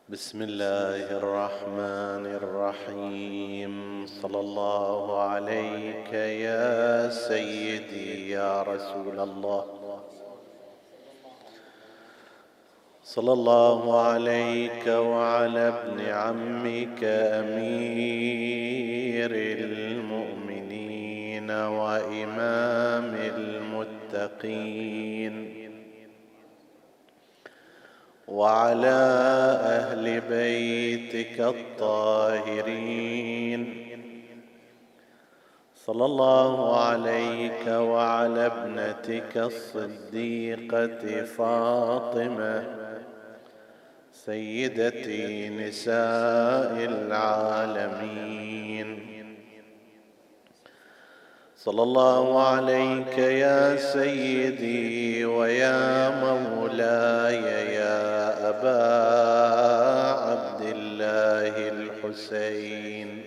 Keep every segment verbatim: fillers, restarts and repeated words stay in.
بسم الله الرحمن الرحيم. صلى الله عليك يا سيدي يا رسول الله، صلى الله عليك وعلى ابن عمك أمير المؤمنين وإمام المتقين، وعلى أهل بيتك الطاهرين، صلى الله عليك وعلى ابنتك الصديقة فاطمة سيدة نساء العالمين، صلى الله عليك يا سيدي ويا مولاي يا أبا عبد الله الحسين.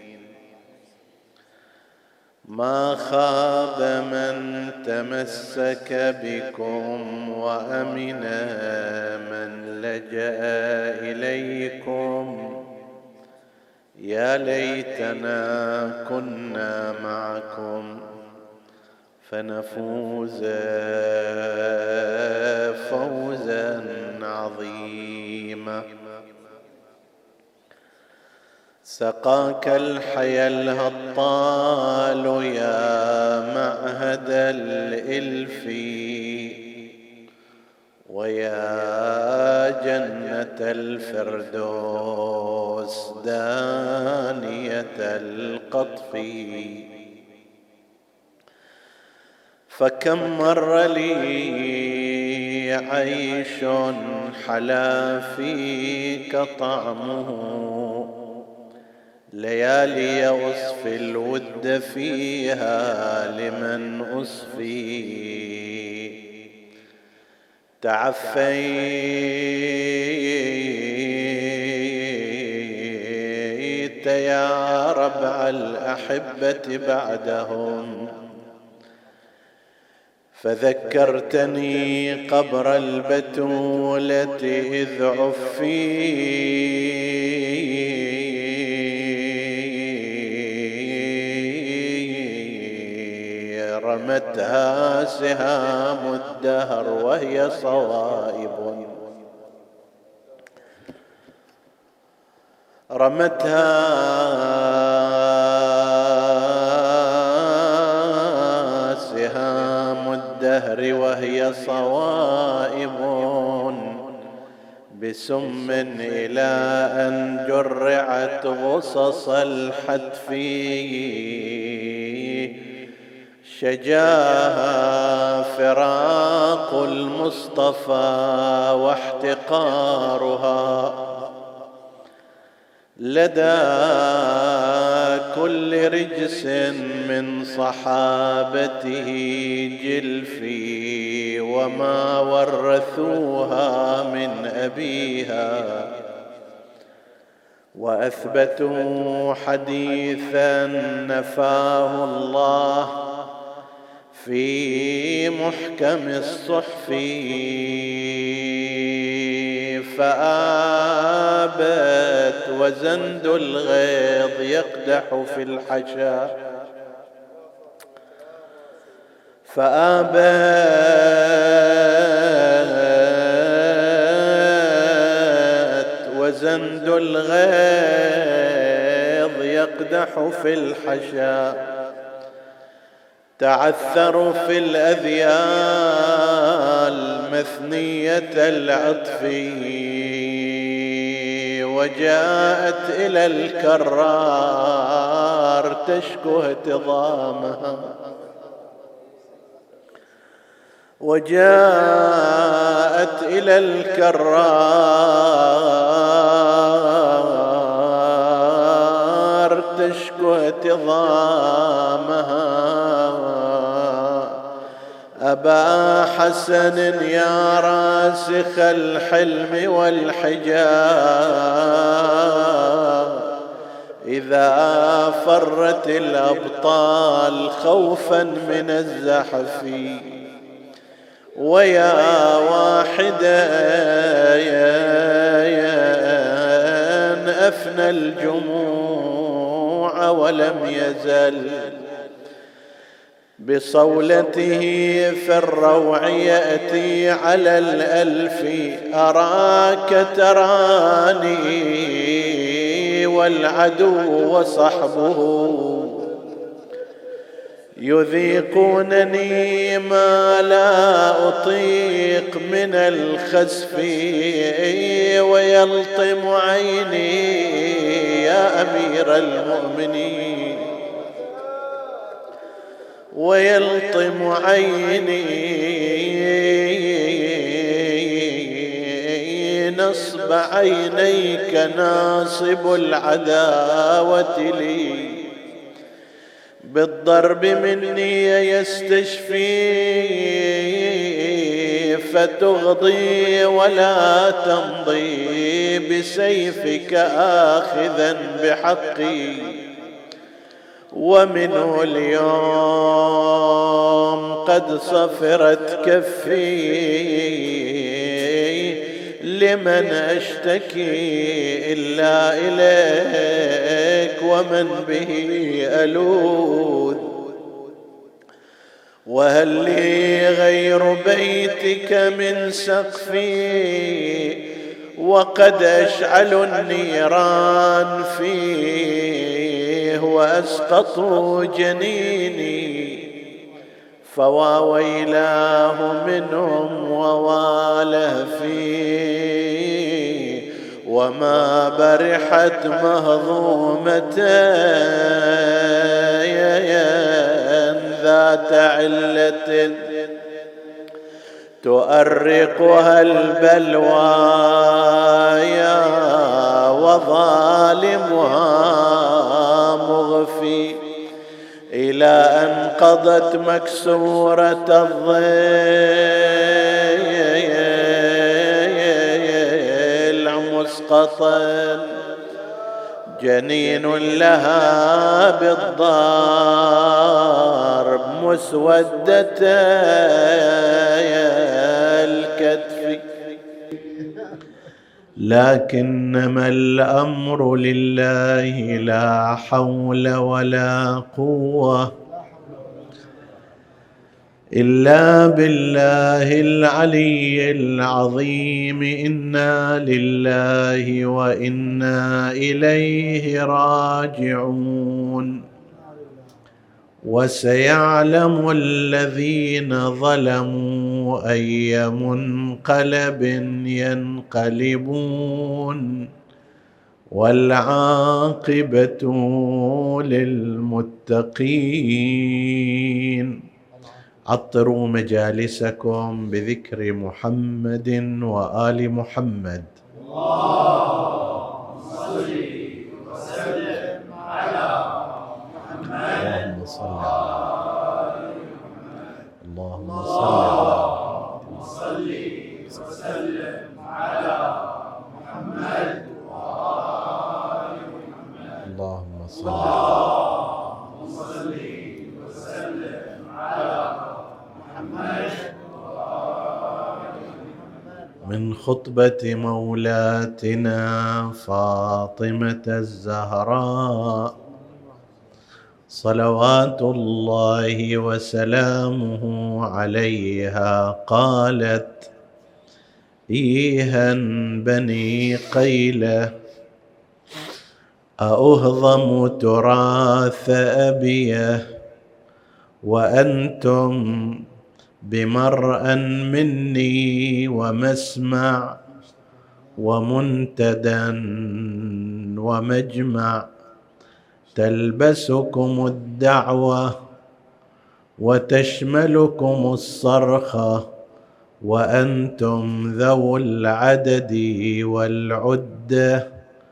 ما خاب من تمسك بكم وأمن من لجأ إليكم. يا ليتنا كنا معكم فنفوز فوزا عظيما. سقاك الحيا الهطال يا معهد الإلف، ويا جنة الفردوس دانية القطف. فكم مر لي عيش حلا فيك طعمه، ليالي أصفي الود فيها لمن أصفي. تعفيت يا ربع الأحبة بعدهم، فذكرتني قبر البتولة إذ عفي. رمتها سهام الدهر وهي صوائب، رمتها سهام الدهر وهي صوائب، بسم إلى أن جرعت غصص الحتف. شجاها فراق المصطفى واحتقارها لدى كل رجس من صحابته جلفي، وما ورثوها من أبيها، وأثبتوا حديثا نفاه الله في محكم الصحف. فآبت وزند الغيظ يقدح في الحشا، فآبت وزند الغيظ يقدح في الحشا. تعثروا في الأذيال مثنية العطف، وجاءت إلى الكرار تشكو اهتضامها، وجاءت إلى الكرار تشكو اهتضامها. أبا حسن يا راسخ الحلم والحجاب، إذا فرت الأبطال خوفا من الزحف، ويا واحدة أفنى الجموع ولم يزل بصولته في الروع يأتي على الألف أراك تراني والعدو وصحبه يذيقونني ما لا أطيق من الخسف ويلطم عيني يا أمير المؤمنين ويلطم عيني نصب عينيك ناصب العداوة لي بالضرب مني يستشفي فتغضي ولا تمضي بسيفك آخذا بحقي ومنه اليوم قد صفرت كفي لمن أشتكي إلا إليك ومن به ألوذ وهل لي غير بيتك من سقفي وقد أشعلوا النيران فيه وأسقطوا جنيني فوا ويلاه منهم وواله فيه وما برحت مهضومة ذات علة تؤرقها البلوايا وظالمها مغفي إلى أن قضت مكسورة الضلع مسقطا جنين لها بالضرب مسودة الكتف لكنما الأمر لله لا حول ولا قوة إلا بالله العلي العظيم إنا لله وإنا إليه راجعون وسيعلم الذين ظلموا أي منقلب ينقلبون والعاقبة للمتقين. عطروا مجالسكم بذكر محمد وآل محمد. اللهم صل وسلم على محمد. اللهم صل على اللهم صل وسلم على محمد وآل محمد. اللهم صل اللهم صل وسلم على محمد. من خطبة مولاتنا فاطمة الزهراء صلوات الله وسلامه عليها قالت: إيها بني قيلة أأهضم تراث أبيه وأنتم بمرأ مني ومسمع ومنتدى ومجمع تلبسكم الدعوة وتشملكم الصرخة وأنتم ذو العدد والعدة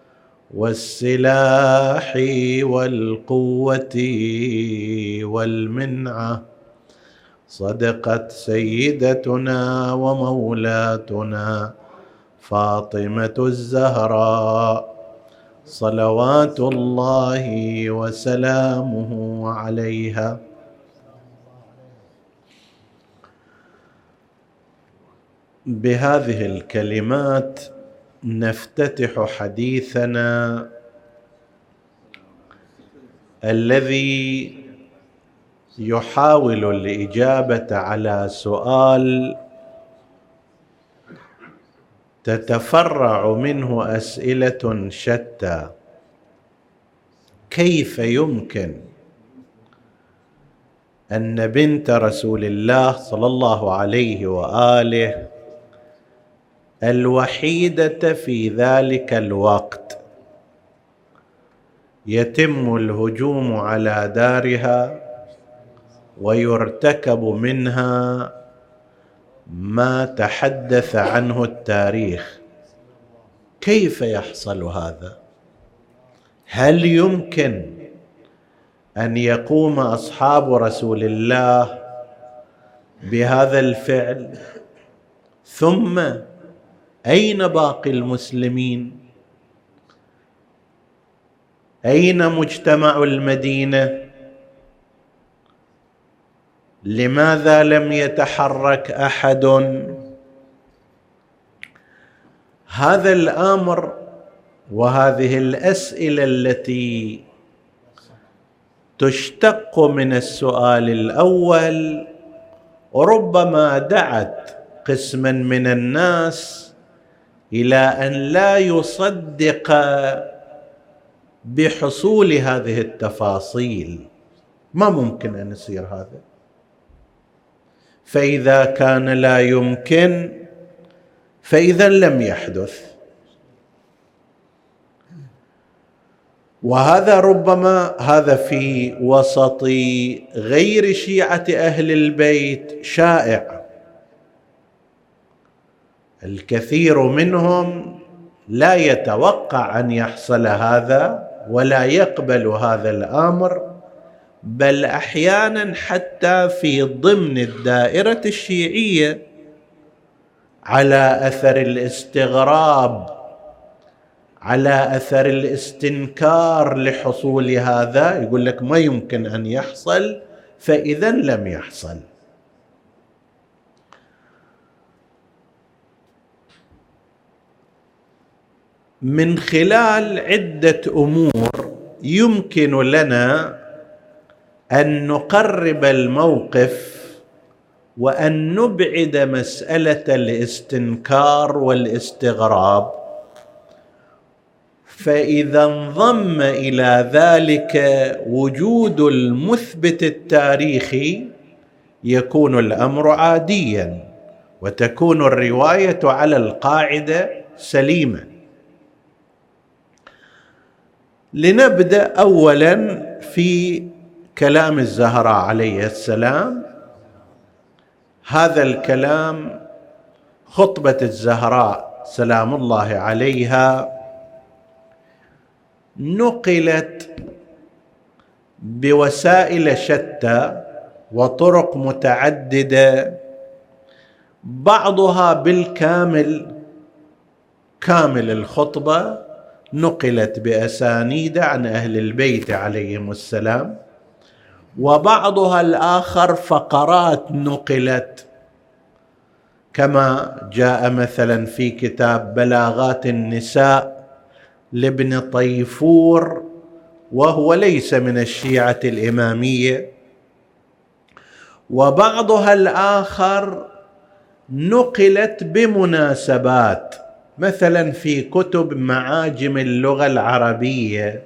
والسلاح والقوة والمنعة. صدقت سيدتنا ومولاتنا فاطمة الزهراء صلوات الله وسلامه عليها. بهذه الكلمات نفتتح حديثنا الذي يحاول الإجابة على سؤال تتفرع منه أسئلة شتى: كيف يمكن أن بنت رسول الله صلى الله عليه وآله الوحيدة في ذلك الوقت يتم الهجوم على دارها ويرتكب منها ما تحدث عنه التاريخ؟ كيف يحصل هذا؟ هل يمكن أن يقوم أصحاب رسول الله بهذا الفعل؟ ثم أين باقي المسلمين؟ أين مجتمع المدينة؟ لماذا لم يتحرك أحد؟ هذا الأمر وهذه الأسئلة التي تشتق من السؤال الأول ربما دعت قسما من الناس إلى أن لا يصدق بحصول هذه التفاصيل. ما ممكن أن يصير هذا. فإذا كان لا يمكن فإذا لم يحدث. وهذا ربما هذا في وسط غير شيعة أهل البيت شائع. الكثير منهم لا يتوقع أن يحصل هذا ولا يقبل هذا الأمر، بل أحيانا حتى في ضمن الدائرة الشيعية على أثر الاستغراب، على أثر الاستنكار لحصول هذا، يقول لك ما يمكن أن يحصل، فإذا لم يحصل. من خلال عدة أمور يمكن لنا أن نقرب الموقف وأن نبعد مسألة الاستنكار والاستغراب. فإذا انضم إلى ذلك وجود المثبت التاريخي يكون الأمر عاديا وتكون الرواية على القاعدة سليمة. لنبدأ أولا في كلام الزهراء عليه السلام. هذا الكلام خطبة الزهراء سلام الله عليها نقلت بوسائل شتى وطرق متعددة، بعضها بالكامل كامل الخطبة نقلت بأسانيد عن أهل البيت عليهم السلام، وبعضها الآخر فقرات نقلت، كما جاء مثلا في كتاب بلاغات النساء لابن طيفور، وهو ليس من الشيعة الإمامية. وبعضها الآخر نقلت بمناسبات، مثلا في كتب معاجم اللغة العربية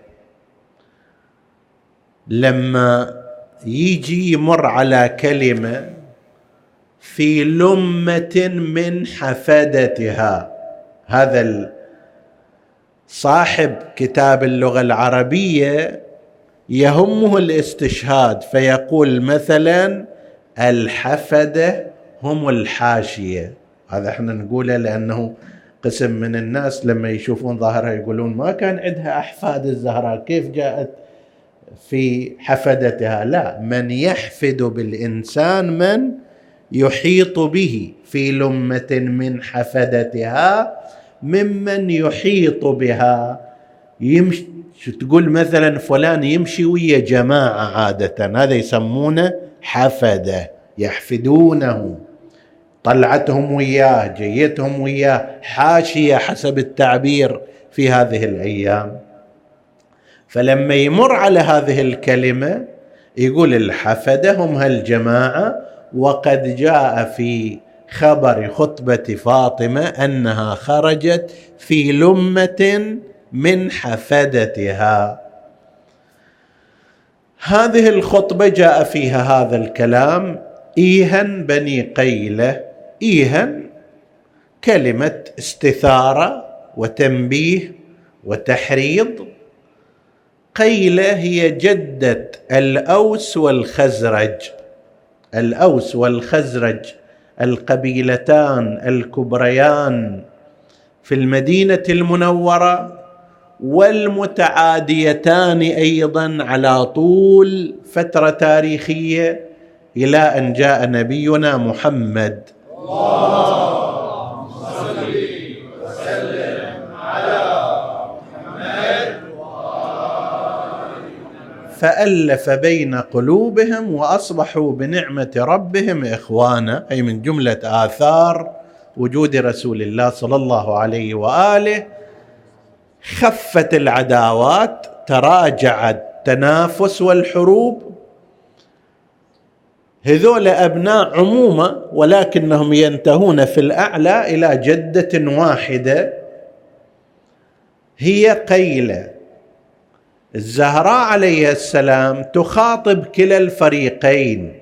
لما يجي يمر على كلمة في لمة من حفدتها، هذا صاحب كتاب اللغة العربية يهمه الاستشهاد فيقول مثلا الحفدة هم الحاشية. هذا احنا نقوله لأنه قسم من الناس لما يشوفون ظاهرها يقولون ما كان عندها أحفاد الزهراء، كيف جاءت في حفدتها؟ لا، من يحفد بالإنسان من يحيط به في لمة من حفدتها ممن يحيط بها. يمشي تقول مثلا فلان يمشي ويا جماعة عادة، هذا يسمونه حفدة، يحفدونه، طلعتهم وياه، جيتهم وياه، حاشية حسب التعبير في هذه الأيام. فلما يمر على هذه الكلمة يقول الحفدة هم هالجماعة، وقد جاء في خبر خطبة فاطمة أنها خرجت في لمة من حفدتها. هذه الخطبة جاء فيها هذا الكلام: إيها بني قيلة. إيها كلمة استثارة وتنبيه وتحريض. قيلة هي جدة الأوس والخزرج. الأوس والخزرج القبيلتان الكبريان في المدينة المنورة، والمتعاديتان أيضا على طول فترة تاريخية إلى أن جاء نبينا محمد. اللهم صل وسلم على محمد. فألف بين قلوبهم وأصبحوا بنعمة ربهم إخوانا، أي من جملة آثار وجود رسول الله صلى الله عليه وآله. خفت العداوات، تراجع التنافس والحروب. هذول أبناء عمومة، ولكنهم ينتهون في الأعلى إلى جدة واحدة هي قيلة. الزهراء عليه السلام تخاطب كلا الفريقين،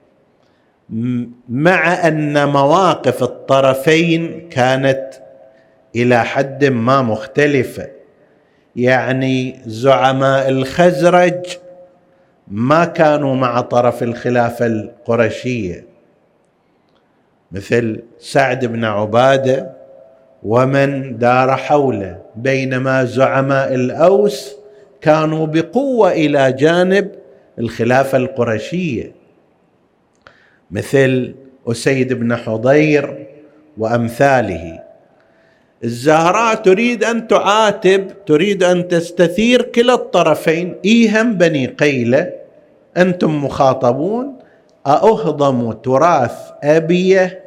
مع أن مواقف الطرفين كانت إلى حد ما مختلفة. يعني زعماء الخزرج ما كانوا مع طرف الخلافة القرشية مثل سعد بن عبادة ومن دار حوله، بينما زعماء الأوس كانوا بقوة إلى جانب الخلافة القرشية مثل أسيد بن حضير وأمثاله. الزهراء تريد أن تعاتب، تريد أن تستثير كلا الطرفين. إيهم بني قيلة، أنتم مخاطبون، أأهضم تراث أبيه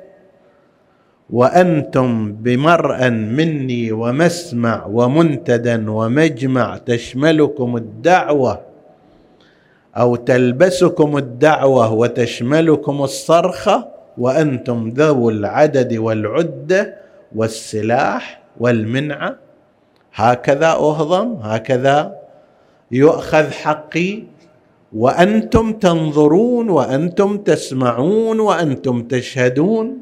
وأنتم بمرأ مني ومسمع ومنتدى ومجمع تشملكم الدعوة أو تلبسكم الدعوة وتشملكم الصرخة، وأنتم ذو العدد والعدة والسلاح والمنعة. هكذا أهضم، هكذا يؤخذ حقي، وأنتم تنظرون وأنتم تسمعون وأنتم تشهدون.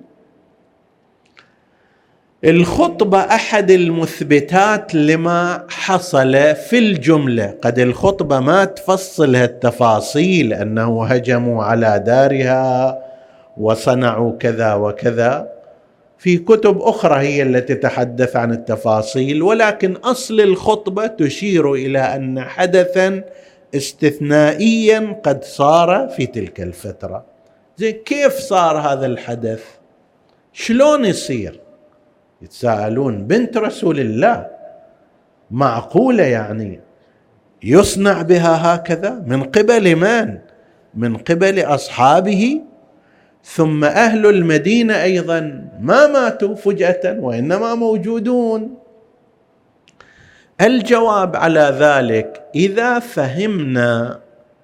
الخطبة أحد المثبتات لما حصل في الجملة. قد الخطبة ما تفصل هالتفاصيل، أنه هجموا على دارها وصنعوا كذا وكذا، في كتب أخرى هي التي تتحدث عن التفاصيل، ولكن أصل الخطبة تشير إلى أن حدثا استثنائيا قد صار في تلك الفترة. زي كيف صار هذا الحدث؟ شلون يصير؟ يتساءلون. بنت رسول الله، معقولة يعني يصنع بها هكذا؟ من قبل من؟ من قبل أصحابه. ثم أهل المدينة أيضا ما ماتوا فجأة وإنما موجودون. الجواب على ذلك: إذا فهمنا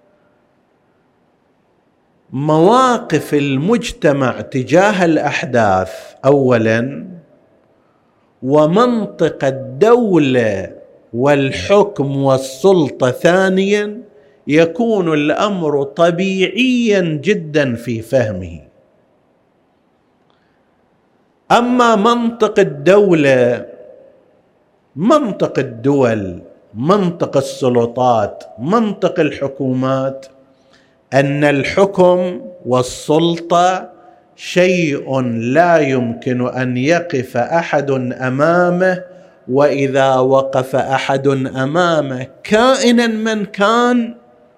مواقف المجتمع تجاه الأحداث أولا، ومنطق الدولة والحكم والسلطة ثانيا، يكون الأمر طبيعيا جدا في فهمه. أما منطق الدولة، منطق الدول، منطق السلطات، منطق الحكومات، أن الحكم والسلطة شيء لا يمكن أن يقف أحد أمامه، وإذا وقف أحد أمامه كائنا من كان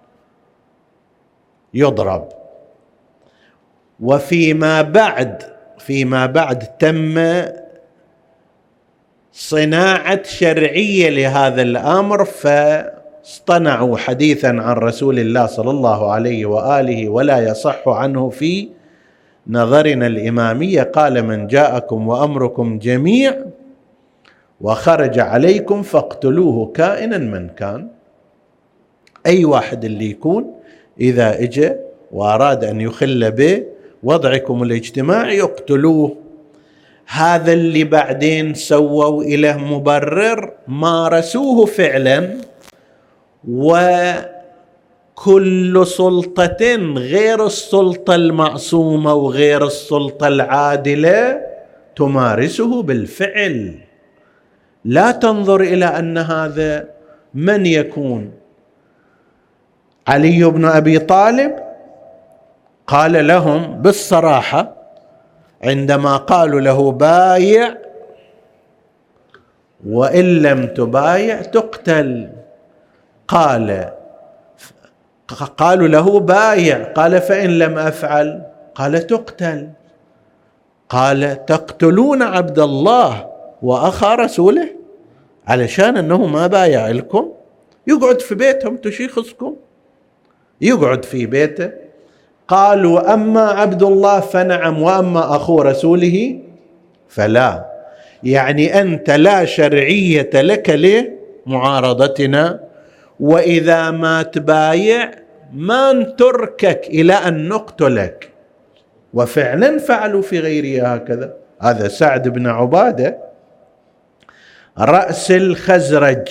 يضرب. وفيما بعد فيما بعد تم صناعة شرعية لهذا الأمر، فاصطنعوا حديثا عن رسول الله صلى الله عليه وآله ولا يصح عنه في نظرنا الإمامية. قال: من جاءكم وأمركم جميع وخرج عليكم فاقتلوه كائنا من كان. أي واحد اللي يكون إذا إجى وأراد أن يخل بوضعكم الاجتماعي يقتلوه. هذا اللي بعدين سووا إله مبرر مارسوه فعلا، وكل سلطة غير السلطة المعصومة وغير السلطة العادلة تمارسه بالفعل. لا تنظر إلى أن هذا من يكون. علي بن أبي طالب قال لهم بالصراحة عندما قالوا له بايع، وإن لم تبايع تقتل. قال قالوا له بايع، قال فإن لم أفعل، قال تقتل. قال تقتلون عبد الله وأخا رسوله علشان أنه ما بايع لكم؟ يقعد في بيتهم تشيخصكم، يقعد في بيته. قالوا أما عبد الله فنعم وأما أخو رسوله فلا. يعني أنت لا شرعية لك لمعارضتنا، وإذا ما تبايع ما نتركك إلى أن نقتلك. وفعلا فعلوا في غيره هكذا. هذا سعد بن عبادة رأس الخزرج،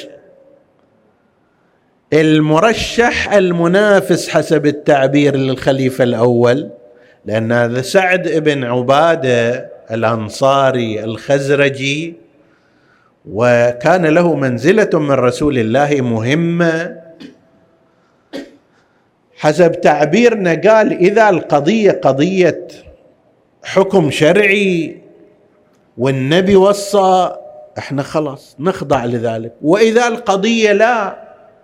المرشح المنافس حسب التعبير للخليفة الأول، لأن هذا سعد بن عبادة الأنصاري الخزرجي، وكان له منزلة من رسول الله مهمة. حسب تعبيرنا قال إذا القضية قضية حكم شرعي والنبي وصى احنا خلاص نخضع لذلك، وإذا القضية لا،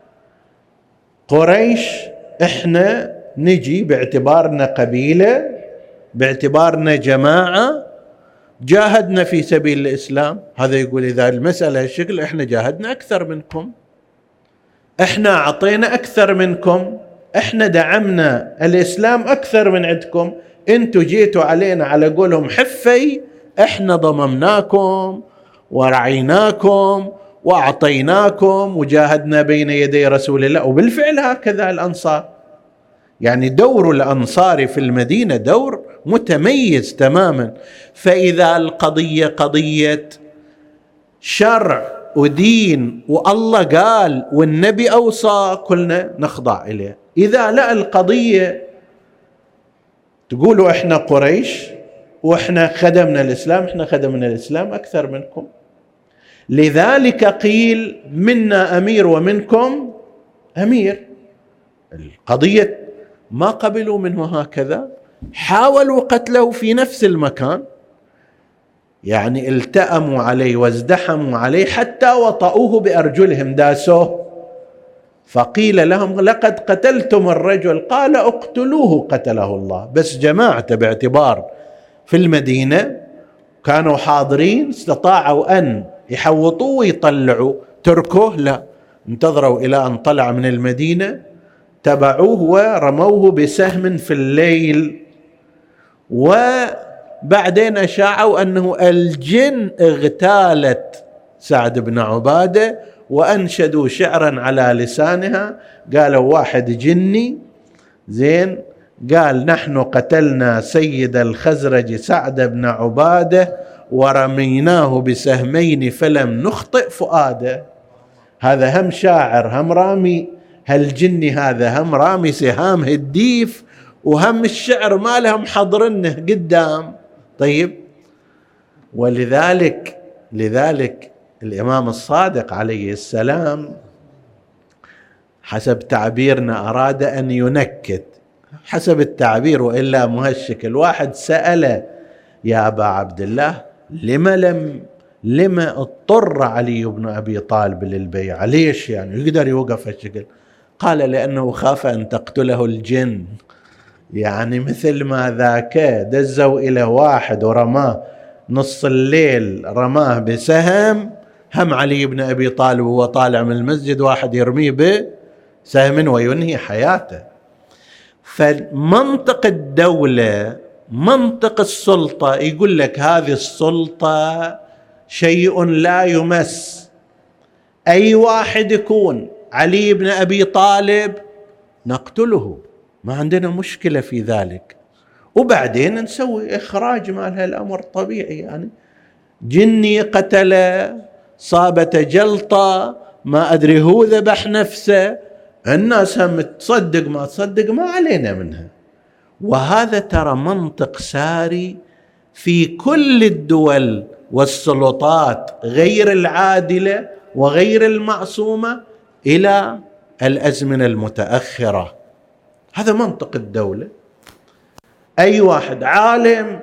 قريش احنا نجي باعتبارنا قبيلة، باعتبارنا جماعة، جاهدنا في سبيل الإسلام. هذا يقول إذا المسألة الشكل احنا جاهدنا أكثر منكم، احنا أعطينا أكثر منكم، احنا دعمنا الإسلام أكثر من عندكم، انتوا جيتوا علينا على قولهم حفي، احنا ضممناكم ورعيناكم وأعطيناكم وجاهدنا بين يدي رسول الله. وبالفعل هكذا الأنصار، يعني دور الأنصار في المدينة دور متميز تماما. فإذا القضية قضية شرع ودين والله قال والنبي أوصى كلنا نخضع إليه. إذا لا القضية تقولوا إحنا قريش وإحنا خدمنا الإسلام، إحنا خدمنا الإسلام أكثر منكم، لذلك قيل منا أمير ومنكم أمير. القضية ما قبلوا منه هكذا، حاولوا قتله في نفس المكان، يعني التأموا عليه وازدحموا عليه حتى وطأوه بأرجلهم، داسوه. فقيل لهم لقد قتلتم الرجل، قال اقتلوه قتله الله. بس جماعة باعتبار في المدينة كانوا حاضرين استطاعوا أن يحوطوه ويطلعوا، تركوه لا، انتظروا إلى أن طلع من المدينة، تبعوه ورموه بسهم في الليل. وبعدين أشاعوا أنه الجن اغتالت سعد بن عبادة، وأنشدوا شعرا على لسانها، قالوا واحد جني زين قال نحن قتلنا سيد الخزرج سعد بن عبادة ورميناه بسهمين فلم نخطئ فؤاده. هذا هم شاعر هم رامي، هالجني هذا هم رامي سهام الديف، وهم الشعر ما لهم حضرنه قدام. طيب، ولذلك لذلك الإمام الصادق عليه السلام حسب تعبيرنا أراد أن ينكت حسب التعبير، وإلا مهشك. الواحد سأل يا أبا عبد الله لما لم لما اضطر علي بن أبي طالب للبيعة؟ ليش يعني يقدر يوقف هالشكل؟ قال لأنه خاف أن تقتله الجن. يعني مثل ما ذاك دزوا إلى واحد ورماه نص الليل، رماه بسهم، هم علي بن أبي طالب وهو طالع من المسجد واحد يرميه بسهم وينهي حياته. فمنطق الدولة، منطق السلطة يقول لك هذه السلطة شيء لا يمس، أي واحد يكون علي بن أبي طالب نقتله، ما عندنا مشكلة في ذلك، وبعدين نسوي إخراج مال هالأمر طبيعي. يعني جني قتله، صابته جلطة، ما أدري هو ذبح نفسه، الناس هم تصدق ما تصدق ما علينا منها. وهذا ترى منطق ساري في كل الدول والسلطات غير العادلة وغير المعصومة إلى الأزمنة المتأخرة. هذا منطق الدولة. أي واحد عالم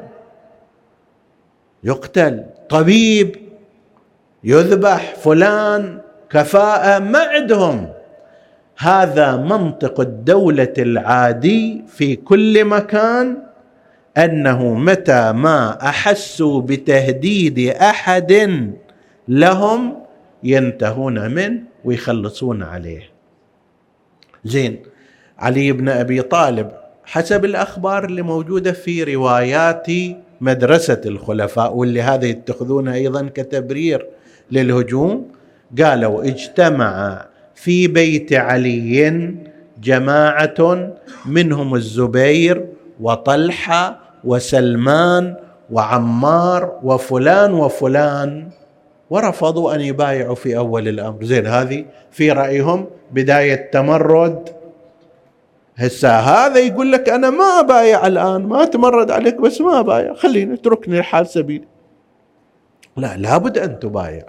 يقتل، طبيب يذبح، فلان كفاءة ما عندهم. هذا منطق الدولة العادي في كل مكان، أنه متى ما أحسوا بتهديد أحد لهم ينتهون منه ويخلصون عليه. زين، علي بن أبي طالب حسب الأخبار اللي موجودة في روايات مدرسة الخلفاء، واللي هذا يتخذونه أيضا كتبرير للهجوم، قالوا اجتمع في بيت علي جماعة منهم الزبير وطلحة وسلمان وعمار وفلان وفلان، ورفضوا أن يبايعوا في أول الأمر. زين، هذه في رأيهم بداية تمرد. هسا هذا يقول لك أنا ما أبايع الآن، ما أتمرد عليك بس ما أبايع، خليني اتركني الحال سبيلي. لا، لابد أن تبايع.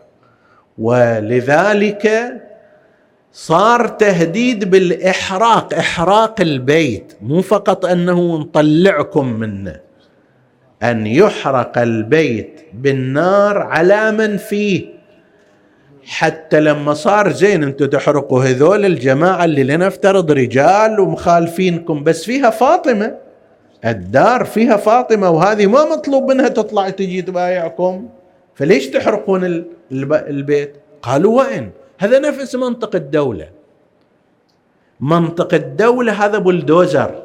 ولذلك صار تهديد بالإحراق، إحراق البيت، مو فقط أنه نطلعكم منه، أن يحرق البيت بالنار على من فيه. حتى لما صار زين أنتم تحرقوا هذول الجماعة اللي لنفترض رجال ومخالفينكم، بس فيها فاطمة، الدار فيها فاطمة، وهذه ما مطلوب منها تطلع تجي تبايعكم، فليش تحرقون البيت؟ قالوا وين؟ هذا نفس منطق الدولة. منطق الدولة هذا بلدوزر،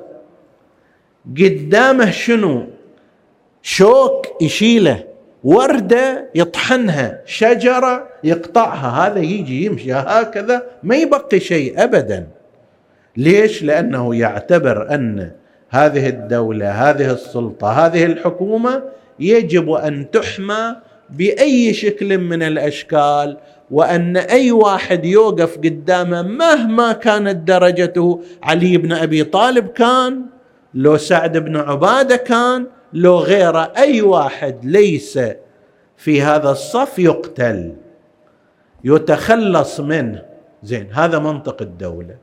قدامه شنو؟ شوك يشيله، وردة يطحنها، شجرة يقطعها، هذا يجي يمشي هكذا ما يبقي شيء أبدا. ليش؟ لأنه يعتبر أن هذه الدولة، هذه السلطة، هذه الحكومة يجب أن تحمى بأي شكل من الأشكال، وأن أي واحد يوقف قدامه مهما كانت درجته، علي بن أبي طالب كان، لو سعد بن عبادة كان، لو غيره، أي واحد ليس في هذا الصف يقتل، يتخلص منه. زين، هذا منطق الدولة.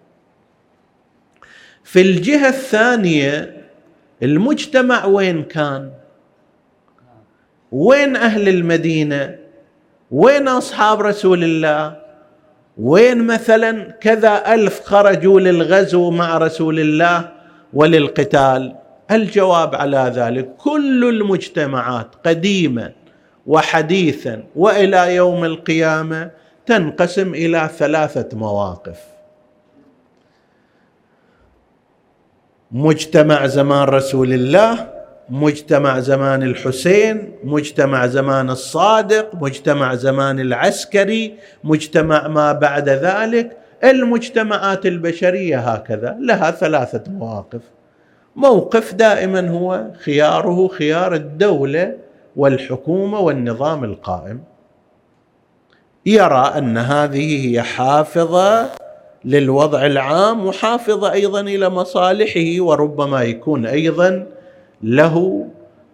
في الجهة الثانية المجتمع وين كان؟ وين أهل المدينة؟ وين أصحاب رسول الله؟ وين مثلا كذا ألف خرجوا للغزو مع رسول الله وللقتال؟ الجواب على ذلك كل المجتمعات قديما وحديثا وإلى يوم القيامة تنقسم إلى ثلاثة مواقف. مجتمع زمان رسول الله، مجتمع زمان الحسين، مجتمع زمان الصادق، مجتمع زمان العسكري، مجتمع ما بعد ذلك. المجتمعات البشرية هكذا لها ثلاثة مواقف. موقف دائما هو خياره خيار الدولة والحكومة والنظام القائم، يرى أن هذه هي حافظة للوضع العام وحافظة أيضا إلى مصالحه، وربما يكون أيضا له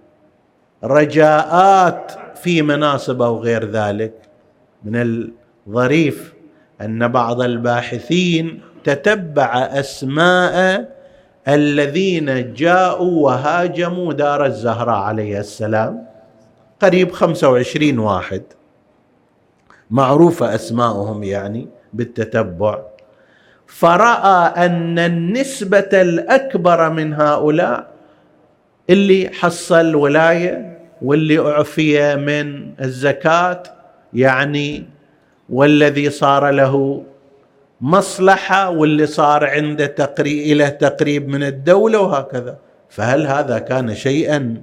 رجاءات في مناصب أو غير ذلك. من الظريف أن بعض الباحثين تتبع أسماء الذين جاءوا وهاجموا دار الزهراء عليه السلام، قريب خمسة وعشرين واحد معروفة أسماءهم يعني بالتتبع، فرأى أن النسبة الأكبر من هؤلاء اللي حصل ولاية واللي أعفي من الزكاة يعني، والذي صار له مصلحة واللي صار عنده تقريب إلى تقريب من الدولة وهكذا. فهل هذا كان شيئا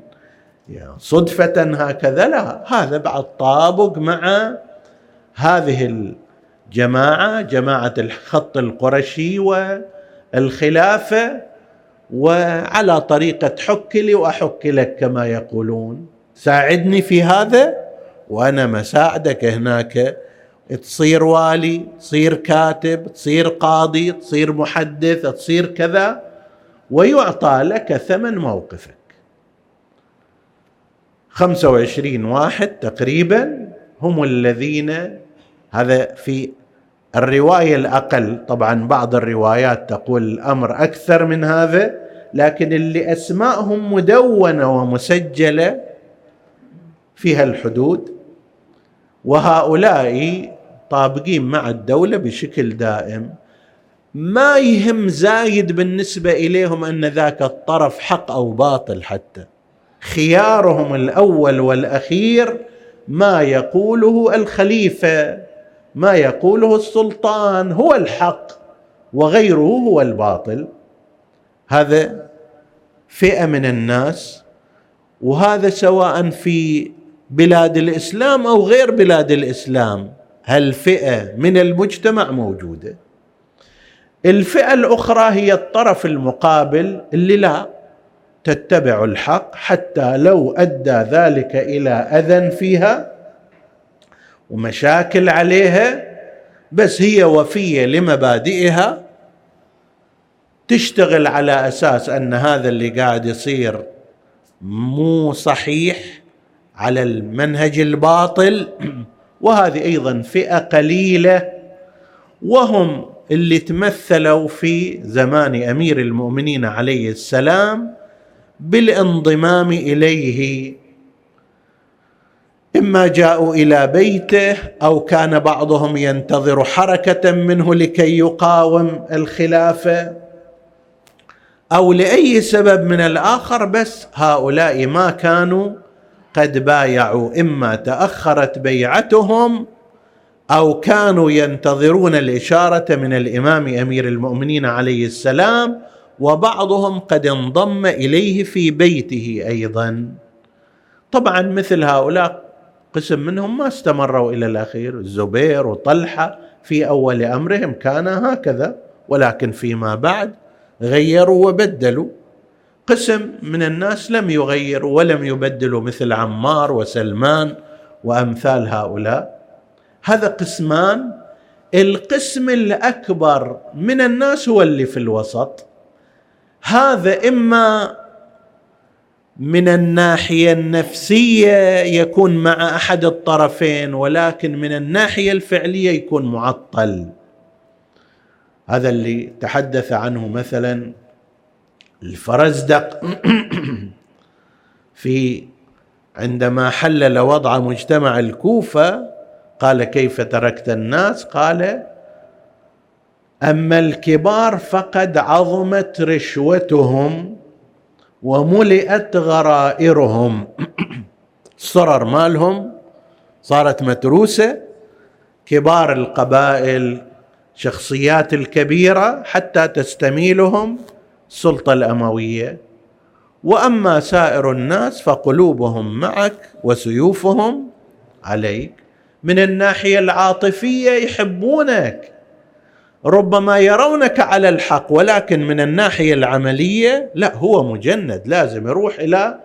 صدفة هكذا؟ لا، هذا بعد طابق مع هذه جماعة جماعة الخط القرشي والخلافة، وعلى طريقة حك لي وأحك لك كما يقولون، ساعدني في هذا وأنا مساعدك هناك، تصير والي، تصير كاتب، تصير قاضي، تصير محدث، تصير كذا، ويعطى لك ثمن موقفك. خمسة وعشرين واحد تقريبا هم الذين، هذا في الرواية الأقل، طبعا بعض الروايات تقول الأمر أكثر من هذا، لكن اللي أسماءهم مدونة ومسجلة فيها الحدود، وهؤلاء طابقين مع الدولة بشكل دائم، ما يهم زايد بالنسبة إليهم أن ذاك الطرف حق أو باطل، حتى خيارهم الأول والأخير ما يقوله الخليفة، ما يقوله السلطان هو الحق وغيره هو الباطل. هذا فئة من الناس، وهذا سواء في بلاد الإسلام أو غير بلاد الإسلام، هالفئة من المجتمع موجودة. الفئة الأخرى هي الطرف المقابل اللي لا تتبع الحق حتى لو أدى ذلك إلى أذى فيها ومشاكل عليها، بس هي وفية لمبادئها، تشتغل على أساس أن هذا اللي قاعد يصير مو صحيح، على المنهج الباطل. وهذه أيضا فئة قليلة، وهم اللي تمثلوا في زمان أمير المؤمنين عليه السلام بالانضمام إليه، إما جاءوا إلى بيته أو كان بعضهم ينتظر حركة منه لكي يقاوم الخلافة، أو لأي سبب من الآخر، بس هؤلاء ما كانوا قد بايعوا، إما تأخرت بيعتهم أو كانوا ينتظرون الإشارة من الإمام أمير المؤمنين عليه السلام، وبعضهم قد انضم إليه في بيته أيضا. طبعا مثل هؤلاء قسم منهم ما استمروا إلى الأخير، الزبير وطلحة في أول أمرهم كان هكذا، ولكن فيما بعد غيروا وبدلوا. قسم من الناس لم يغيروا ولم يبدلوا، مثل عمار وسلمان وأمثال هؤلاء. هذا قسمان. القسم الأكبر من الناس هو اللي في الوسط، هذا إما من الناحية النفسية يكون مع أحد الطرفين، ولكن من الناحية الفعلية يكون معطل. هذا اللي تحدث عنه مثلا الفرزدق في عندما حلل وضع مجتمع الكوفة، قال: كيف تركت الناس؟ قال: أما الكبار فقد عظمت رشوتهم وملئت غرائرهم. الصرر مالهم صارت متروسة، كبار القبائل، شخصيات الكبيرة حتى تستميلهم السلطة الأموية، وأما سائر الناس فقلوبهم معك وسيوفهم عليك. من الناحية العاطفية يحبونك، ربما يرونك على الحق، ولكن من الناحية العملية لا، هو مجند، لازم يروح إلى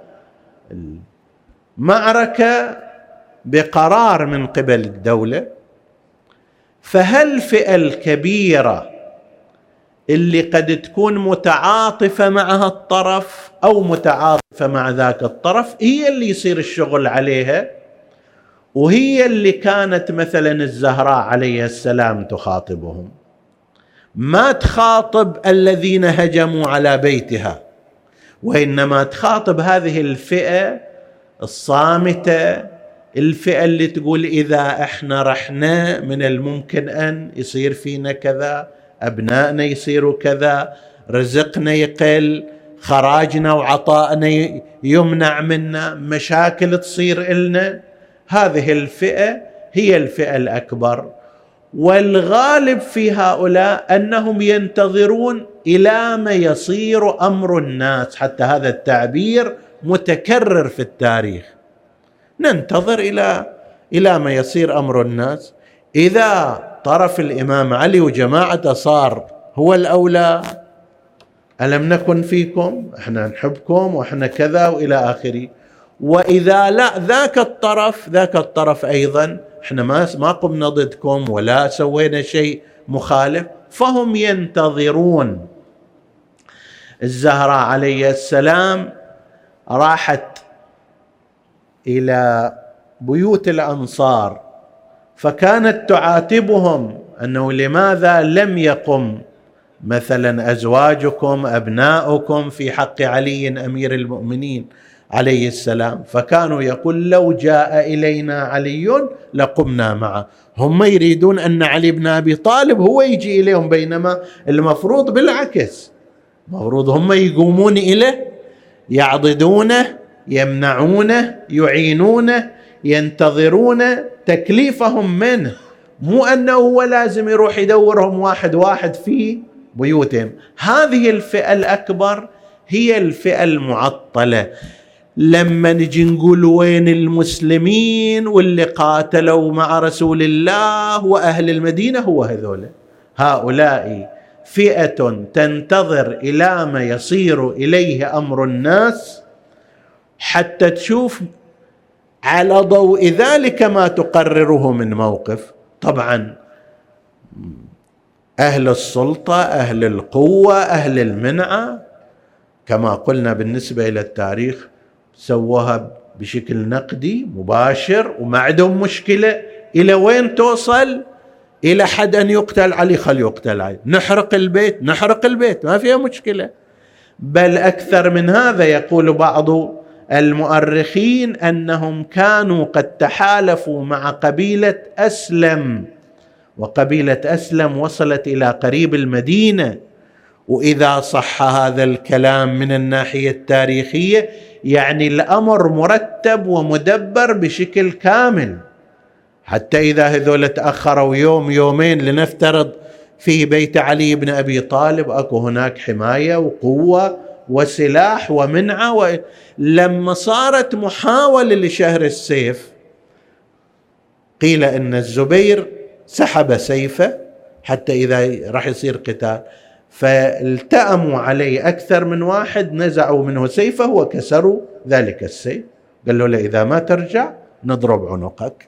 المعركة بقرار من قبل الدولة. فهالفئة الكبيرة اللي قد تكون متعاطفة مع الطرف أو متعاطفة مع ذاك الطرف هي اللي يصير الشغل عليها، وهي اللي كانت مثلا الزهراء عليه السلام تخاطبهم، ما تخاطب الذين هجموا على بيتها، وإنما تخاطب هذه الفئة الصامتة، الفئة اللي تقول إذا إحنا رحنا من الممكن أن يصير فينا كذا، أبنائنا يصيروا كذا، رزقنا يقل، خراجنا وعطائنا يمنع منا، مشاكل تصير إلنا. هذه الفئة هي الفئة الأكبر، والغالب في هؤلاء أنهم ينتظرون إلى ما يصير أمر الناس، حتى هذا التعبير متكرر في التاريخ، ننتظر إلى إلى ما يصير أمر الناس. إذا طرف الإمام علي وجماعته صار هو الأولى، ألم نكن فيكم، احنا نحبكم واحنا كذا وإلى آخره. وإذا لا، ذاك الطرف ذاك الطرف أيضا احنا ما ما قمنا ضدكم ولا سوينا شيء مخالف، فهم ينتظرون. الزهراء عليه السلام راحت إلى بيوت الأنصار فكانت تعاتبهم أنه لماذا لم يقم مثلا أزواجكم أبناؤكم في حق علي أمير المؤمنين عليه السلام، فكانوا يقول لو جاء إلينا علي لقمنا معه. هم يريدون أن علي بن أبي طالب هو يجي إليهم، بينما المفروض بالعكس، المفروض هم يقومون إليه، يعضدونه، يمنعونه، يعينونه، ينتظرون تكليفهم منه، مو أنه هو لازم يروح يدورهم واحد واحد في بيوتهم. هذه الفئة الأكبر هي الفئة المعطلة. لما نجي نقول وين المسلمين واللي قاتلوا مع رسول الله وأهل المدينة، هو هذول، هؤلاء فئة تنتظر إلى ما يصير إليه أمر الناس حتى تشوف على ضوء ذلك ما تقرره من موقف. طبعا أهل السلطة، أهل القوة، أهل المنعة، كما قلنا بالنسبة إلى التاريخ سووها بشكل نقدي مباشر وما عندهم مشكلة. إلى وين توصل؟ إلى حد أن يقتل علي، خل يقتل علي، نحرق البيت، نحرق البيت، ما فيها مشكلة. بل أكثر من هذا، يقول بعض المؤرخين أنهم كانوا قد تحالفوا مع قبيلة أسلم، وقبيلة أسلم وصلت إلى قريب المدينة. وإذا صح هذا الكلام من الناحية التاريخية يعني الأمر مرتب ومدبر بشكل كامل، حتى إذا هذول تأخروا يوم يومين لنفترض في بيت علي بن أبي طالب، أكو هناك حماية وقوة وسلاح ومنعة. و... لما صارت محاولة لشهر السيف قيل إن الزبير سحب سيفه حتى إذا راح يصير قتال، فالتأموا عليه أكثر من واحد، نزعوا منه سيفه وكسروا ذلك السيف، قالوا له إذا ما ترجع نضرب عنقك.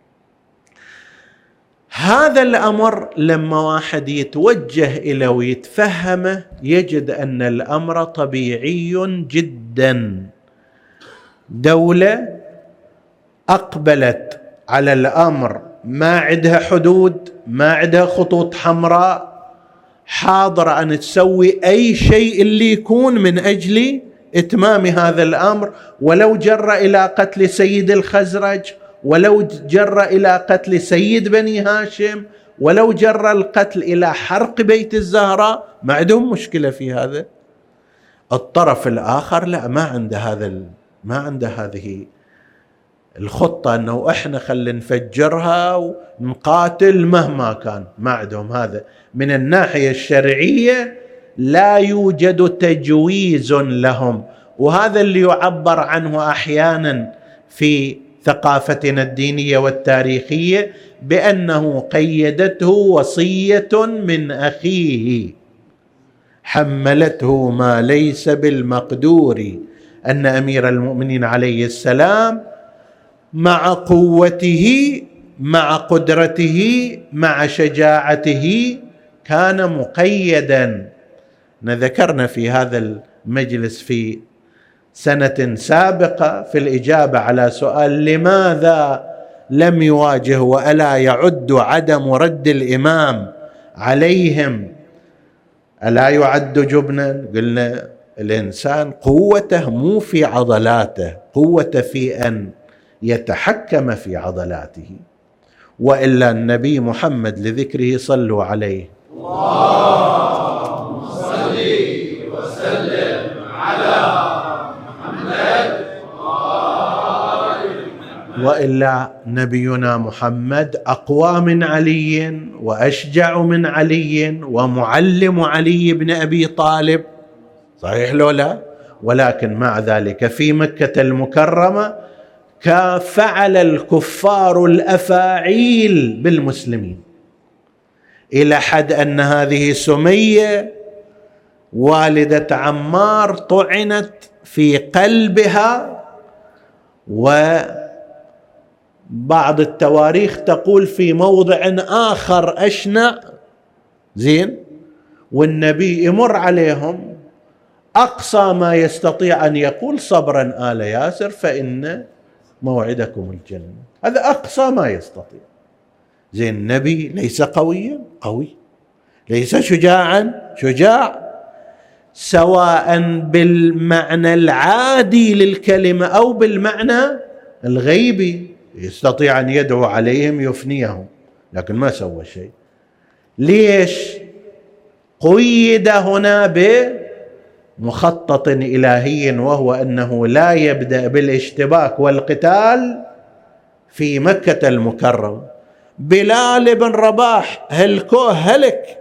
هذا الأمر لما واحد يتوجه إليه ويتفهمه يجد أن الأمر طبيعي جدا. دولة أقبلت على الأمر، ما عندها حدود، ما عندها خطوط حمراء، حاضرة أن تسوي أي شيء اللي يكون من أجل إتمام هذا الأمر، ولو جر إلى قتل سيد الخزرج، ولو جر إلى قتل سيد بني هاشم، ولو جر القتل إلى حرق بيت الزهراء، ما عندهم مشكلة في هذا. الطرف الآخر لا، ما عنده هذا، ما عنده هذه الخطة أنه إحنا خلينا نفجرها ونقاتل مهما كان، ما عندهم هذا. من الناحية الشرعية لا يوجد تجويز لهم، وهذا اللي يعبر عنه أحيانا في ثقافتنا الدينية والتاريخية بأنه قيدته وصية من أخيه حملته ما ليس بالمقدور، أن أمير المؤمنين عليه السلام مع قوته، مع قدرته، مع شجاعته كان مقيدا. ذكرنا في هذا المجلس في سنة سابقة في الإجابة على سؤال لماذا لم يواجه وألا يعد عدم رد الإمام عليهم ألا يعد جبنا؟ قلنا الإنسان قوته مو في عضلاته، قوته في أن يتحكم في عضلاته. وإلا النبي محمد لذكره صلوا عليه اللهم صل وسلم على محمد. وإلا نبينا محمد أقوى من علي وأشجع من علي ومعلم علي بن أبي طالب، صحيح لو لا؟ ولكن مع ذلك في مكة المكرمة فعل الكفار الأفاعيل بالمسلمين، إلى حد أن هذه سمية والدة عمار طعنت في قلبها، وبعض التواريخ تقول في موضع آخر أشنع، زين، والنبي يمر عليهم أقصى ما يستطيع أن يقول صبرا آل ياسر فإن موعدكم الجنة، هذا أقصى ما يستطيع. زين، النبي ليس قويا، قوي، ليس شجاعا، شجاع، سواء بالمعنى العادي للكلمة أو بالمعنى الغيبي، يستطيع أن يدعو عليهم يفنيهم، لكن ما سوى شيء. ليش؟ قيد هنا بمخطط إلهي، وهو أنه لا يبدأ بالاشتباك والقتال في مكة المكرمة. بلال بن رباح هلكوه هلك،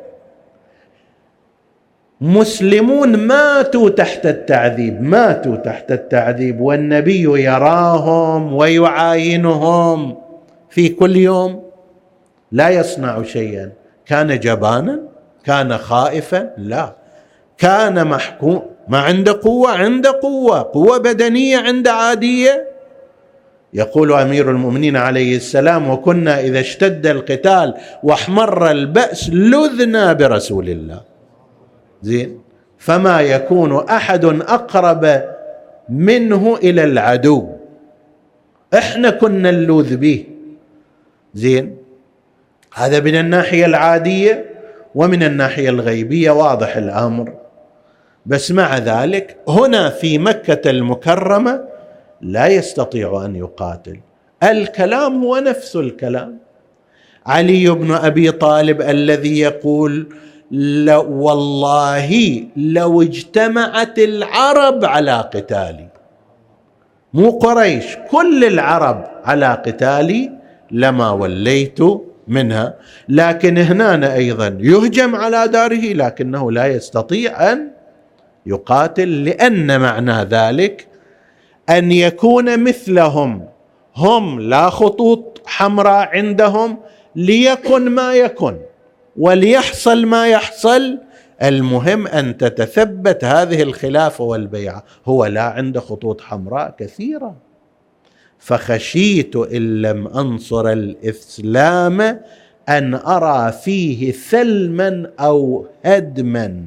مسلمون ماتوا تحت التعذيب، ماتوا تحت التعذيب، والنبي يراهم ويعاينهم في كل يوم، لا يصنع شيئا. كان جبانا؟ كان خائفا؟ لا، كان محكوم، ما عنده قوة، عنده قوة، قوة بدنية عنده عادية. يقول أمير المؤمنين عليه السلام: وكنا إذا اشتد القتال واحمر البأس لذنا برسول الله. زين، فما يكون أحد أقرب منه إلى العدو، إحنا كنا نلوذ به. زين، هذا من الناحية العادية، ومن الناحية الغيبية واضح الأمر. بس مع ذلك هنا في مكة المكرمة لا يستطيع أن يقاتل، الكلام هو نفس الكلام. علي بن أبي طالب الذي يقول: لو والله لو اجتمعت العرب على قتالي، مو قريش، كل العرب على قتالي لما وليت منها. لكن هنا أيضا يهجم على داره، لكنه لا يستطيع أن يقاتل، لأن معنى ذلك أن يكون مثلهم، هم لا خطوط حمراء عندهم، ليكن ما يكن وليحصل ما يحصل، المهم أن تتثبت هذه الخلافة والبيعة. هو لا عنده خطوط حمراء كثيرة. فخشيت إن لم أنصر الإسلام أن أرى فيه ثلما أو هدما.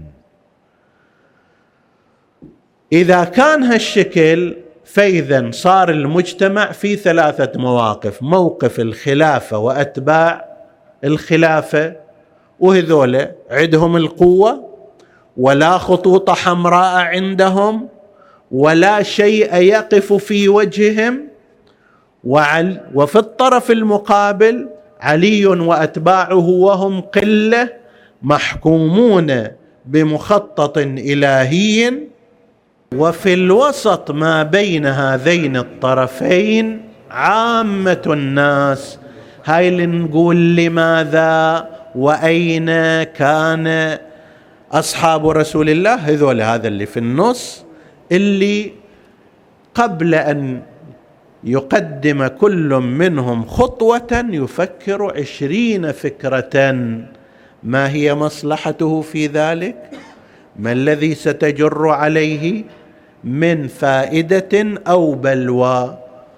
إذا كان هالشكل، فإذا صار المجتمع في ثلاثة مواقف: موقف الخلافة وأتباع الخلافة، وهذول عندهم القوة ولا خطوط حمراء عندهم ولا شيء يقف في وجههم، وفي الطرف المقابل علي وأتباعه وهم قلة محكومون بمخطط إلهي. وفي الوسط ما بين هذين الطرفين عامة الناس. هاي اللي نقول لماذا وأين كان أصحاب رسول الله، هذول هذا اللي في النص، اللي قبل أن يقدم كل منهم خطوة يفكر عشرين فكرة. ما هي مصلحته في ذلك؟ ما الذي ستجر عليه من فائدة أو بلوى؟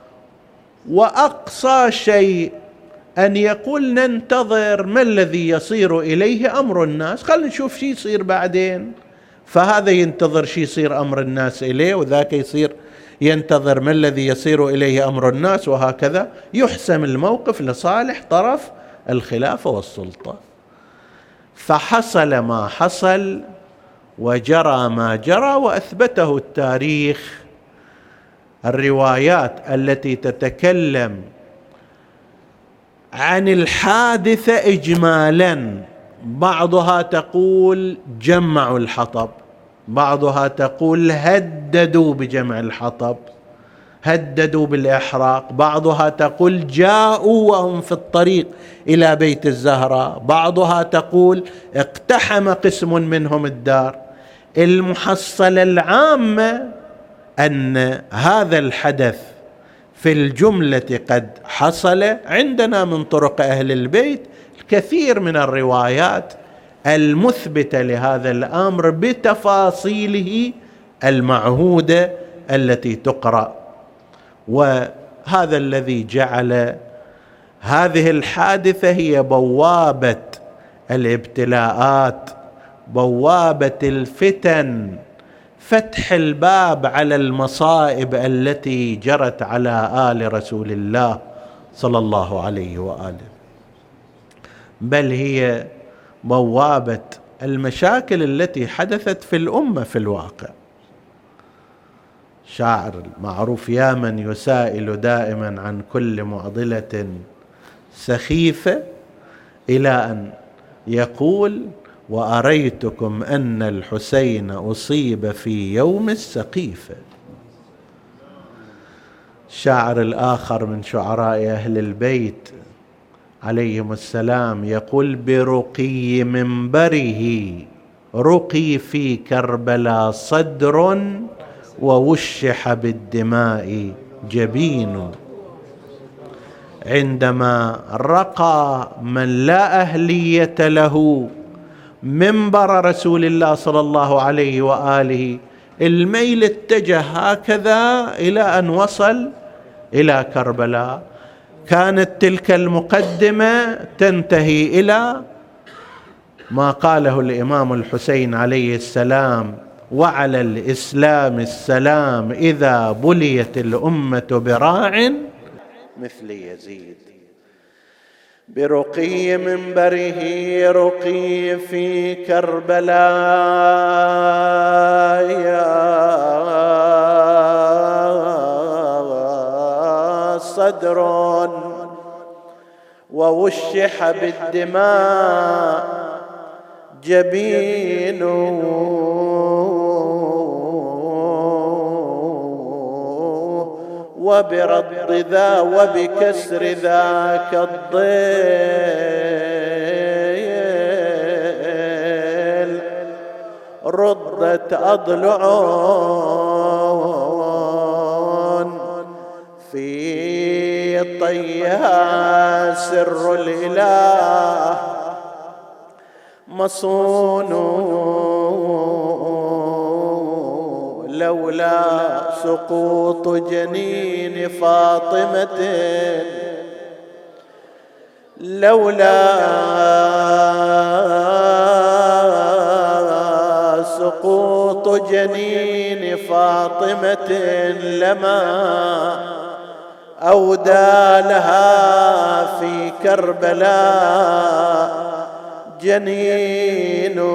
وأقصى شيء أن يقول ننتظر ما الذي يصير إليه أمر الناس، خلينا نشوف شيء يصير بعدين. فهذا ينتظر شيء يصير أمر الناس إليه، وذاك يصير ينتظر ما الذي يصير إليه أمر الناس، وهكذا يحسم الموقف لصالح طرف الخلافة والسلطة. فحصل ما حصل وجرى ما جرى، وأثبته التاريخ. الروايات التي تتكلم عن الحادثة إجمالا، بعضها تقول جمعوا الحطب، بعضها تقول هددوا بجمع الحطب، هددوا بالإحراق، بعضها تقول جاءوا وهم في الطريق إلى بيت الزهراء، بعضها تقول اقتحم قسم منهم الدار. المحصلة العامة أن هذا الحدث في الجملة قد حصل عندنا من طرق أهل البيت الكثير من الروايات المثبتة لهذا الأمر بتفاصيله المعهودة التي تقرأ. وهذا الذي جعل هذه الحادثة هي بوابة الابتلاءات، بوابة الفتن، فتح الباب على المصائب التي جرت على آل رسول الله صلى الله عليه وآله، بل هي بوابة المشاكل التي حدثت في الأمة في الواقع. شاعر المعروف: يا من يسائل دائما عن كل معضلة سخيفة، إلى أن يقول: وأريتكم أن الحسين أصيب في يوم السقيفة. الشاعر الآخر من شعراء أهل البيت عليهم السلام يقول: برقي منبره رقي في كربلاء صدر ووشح بالدماء جبين. عندما رقى من لا أهلية له منبر رسول الله صلى الله عليه وآله، الميل اتجه هكذا إلى أن وصل إلى كربلاء. كانت تلك المقدمة تنتهي إلى ما قاله الإمام الحسين عليه السلام: وعلى الإسلام السلام إذا بليت الأمة براع مثل يزيد. برقي منبره رقي في كربلاء صدر ووشح بالدماء جبين. وبرد ذا وبكسر ذاك الضيل ردت أضلع في طيها سر الإله مصون. لولا سقوط جنين فاطمة لولا سقوط جنين فاطمة لما أودى لها في كربلاء جنين.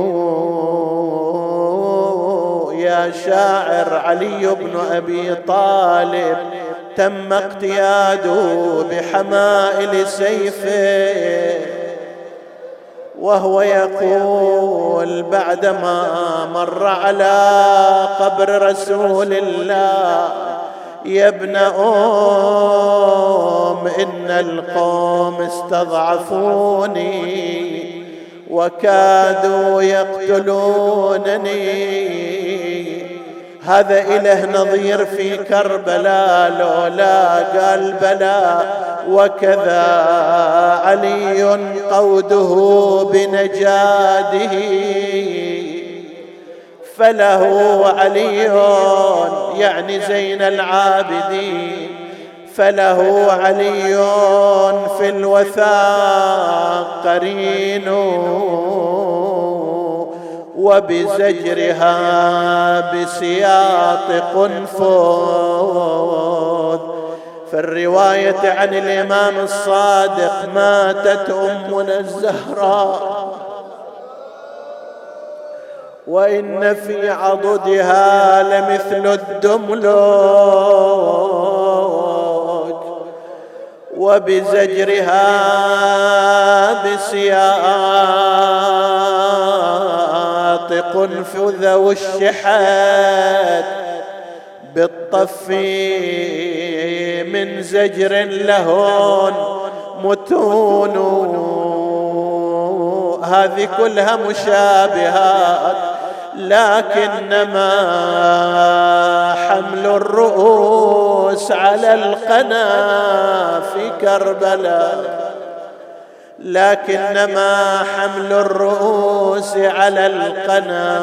يا شاعر علي بن أبي طالب تم اقتياده بحمائل سيفه، وهو يقول بعدما مر على قبر رسول الله: يا ابن أم إن القوم استضعفوني وكادوا يقتلونني. هذا إله نظير في كربلاء لولا قال بلى. وكذا علي قوده بنجاده فله علي يعني زين العابدين فله علي في الوثاق قرين. وبزجرها بسياط قنفذ. في الرواية عن الإمام الصادق: ماتت أمنا الزهراء وإن في عضدها لمثل الدملج. وبزجرها بسياط قنفذ وشحت بالطف من زجر لهن متون. هذه كلها مشابهات لكنما حمل الرؤوس على القنا في كربلاء، لكنما حمل الرؤوس على القنا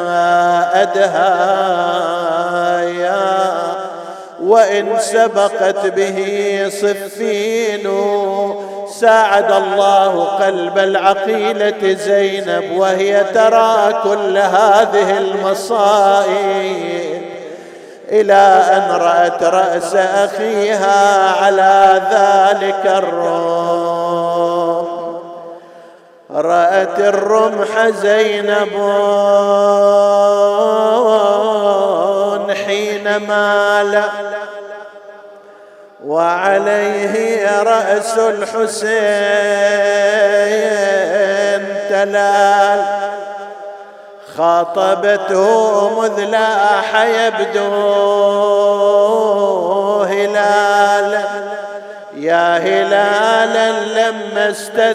أدهايا، وإن سبقت به صفين ساعد الله قلب العقيلة زينب وهي ترى كل هذه المصائب، إلى أن رأت رأس أخيها على ذلك الرمح. رأت الرمح زينب حين مال وعليه رأس الحسين تلال، خاطبته مذ لاح يبدو هلالا، يا هلالا لما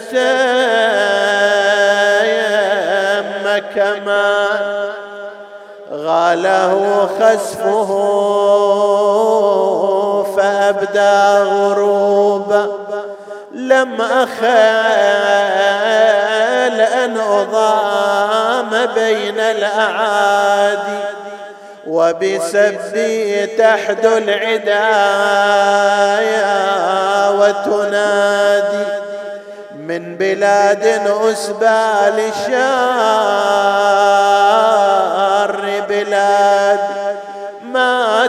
استتم كمان غاله خسفه فأبدى غروبا، لم أخل أن أضام بين الأعادي، وبسبي تحدو العدايا وتنادي من بلاد أسبى لشار بلاد، ما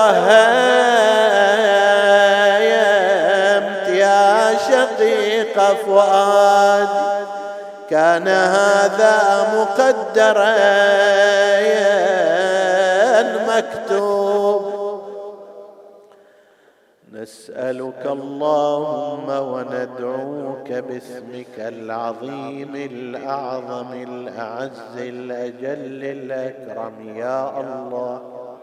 توهمت يا شقيق فؤاد، كان هذا مقدرا مكتوب. نسألك اللهم وندعوك باسمك العظيم الأعظم الأعز الأجل الأكرم يا الله،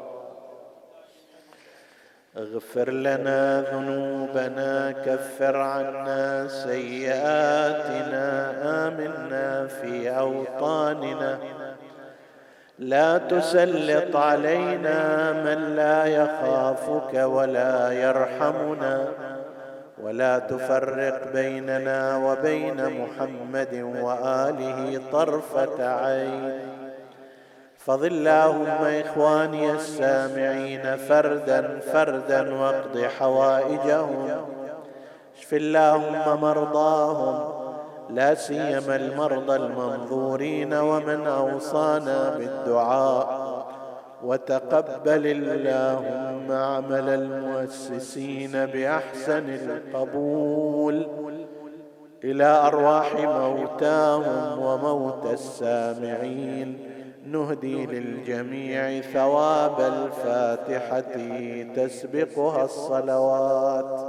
اغفر لنا ذنوبنا، كفر عنا سيئاتنا، آمنا في أوطاننا، لا تسلط علينا من لا يخافك ولا يرحمنا، ولا تفرق بيننا وبين محمد وآله طرفة عين. فضل اللهم إخواني السامعين فردا فردا واقض حوائجهم، اشف اللهم مرضاهم، لا سيما المرضى المنظورين ومن أوصانا بالدعاء، وتقبل اللهم عمل المؤسسين بأحسن القبول، إلى أرواح موتاهم وموتى السامعين نهدي للجميع ثواب الفاتحة تسبقها الصلوات.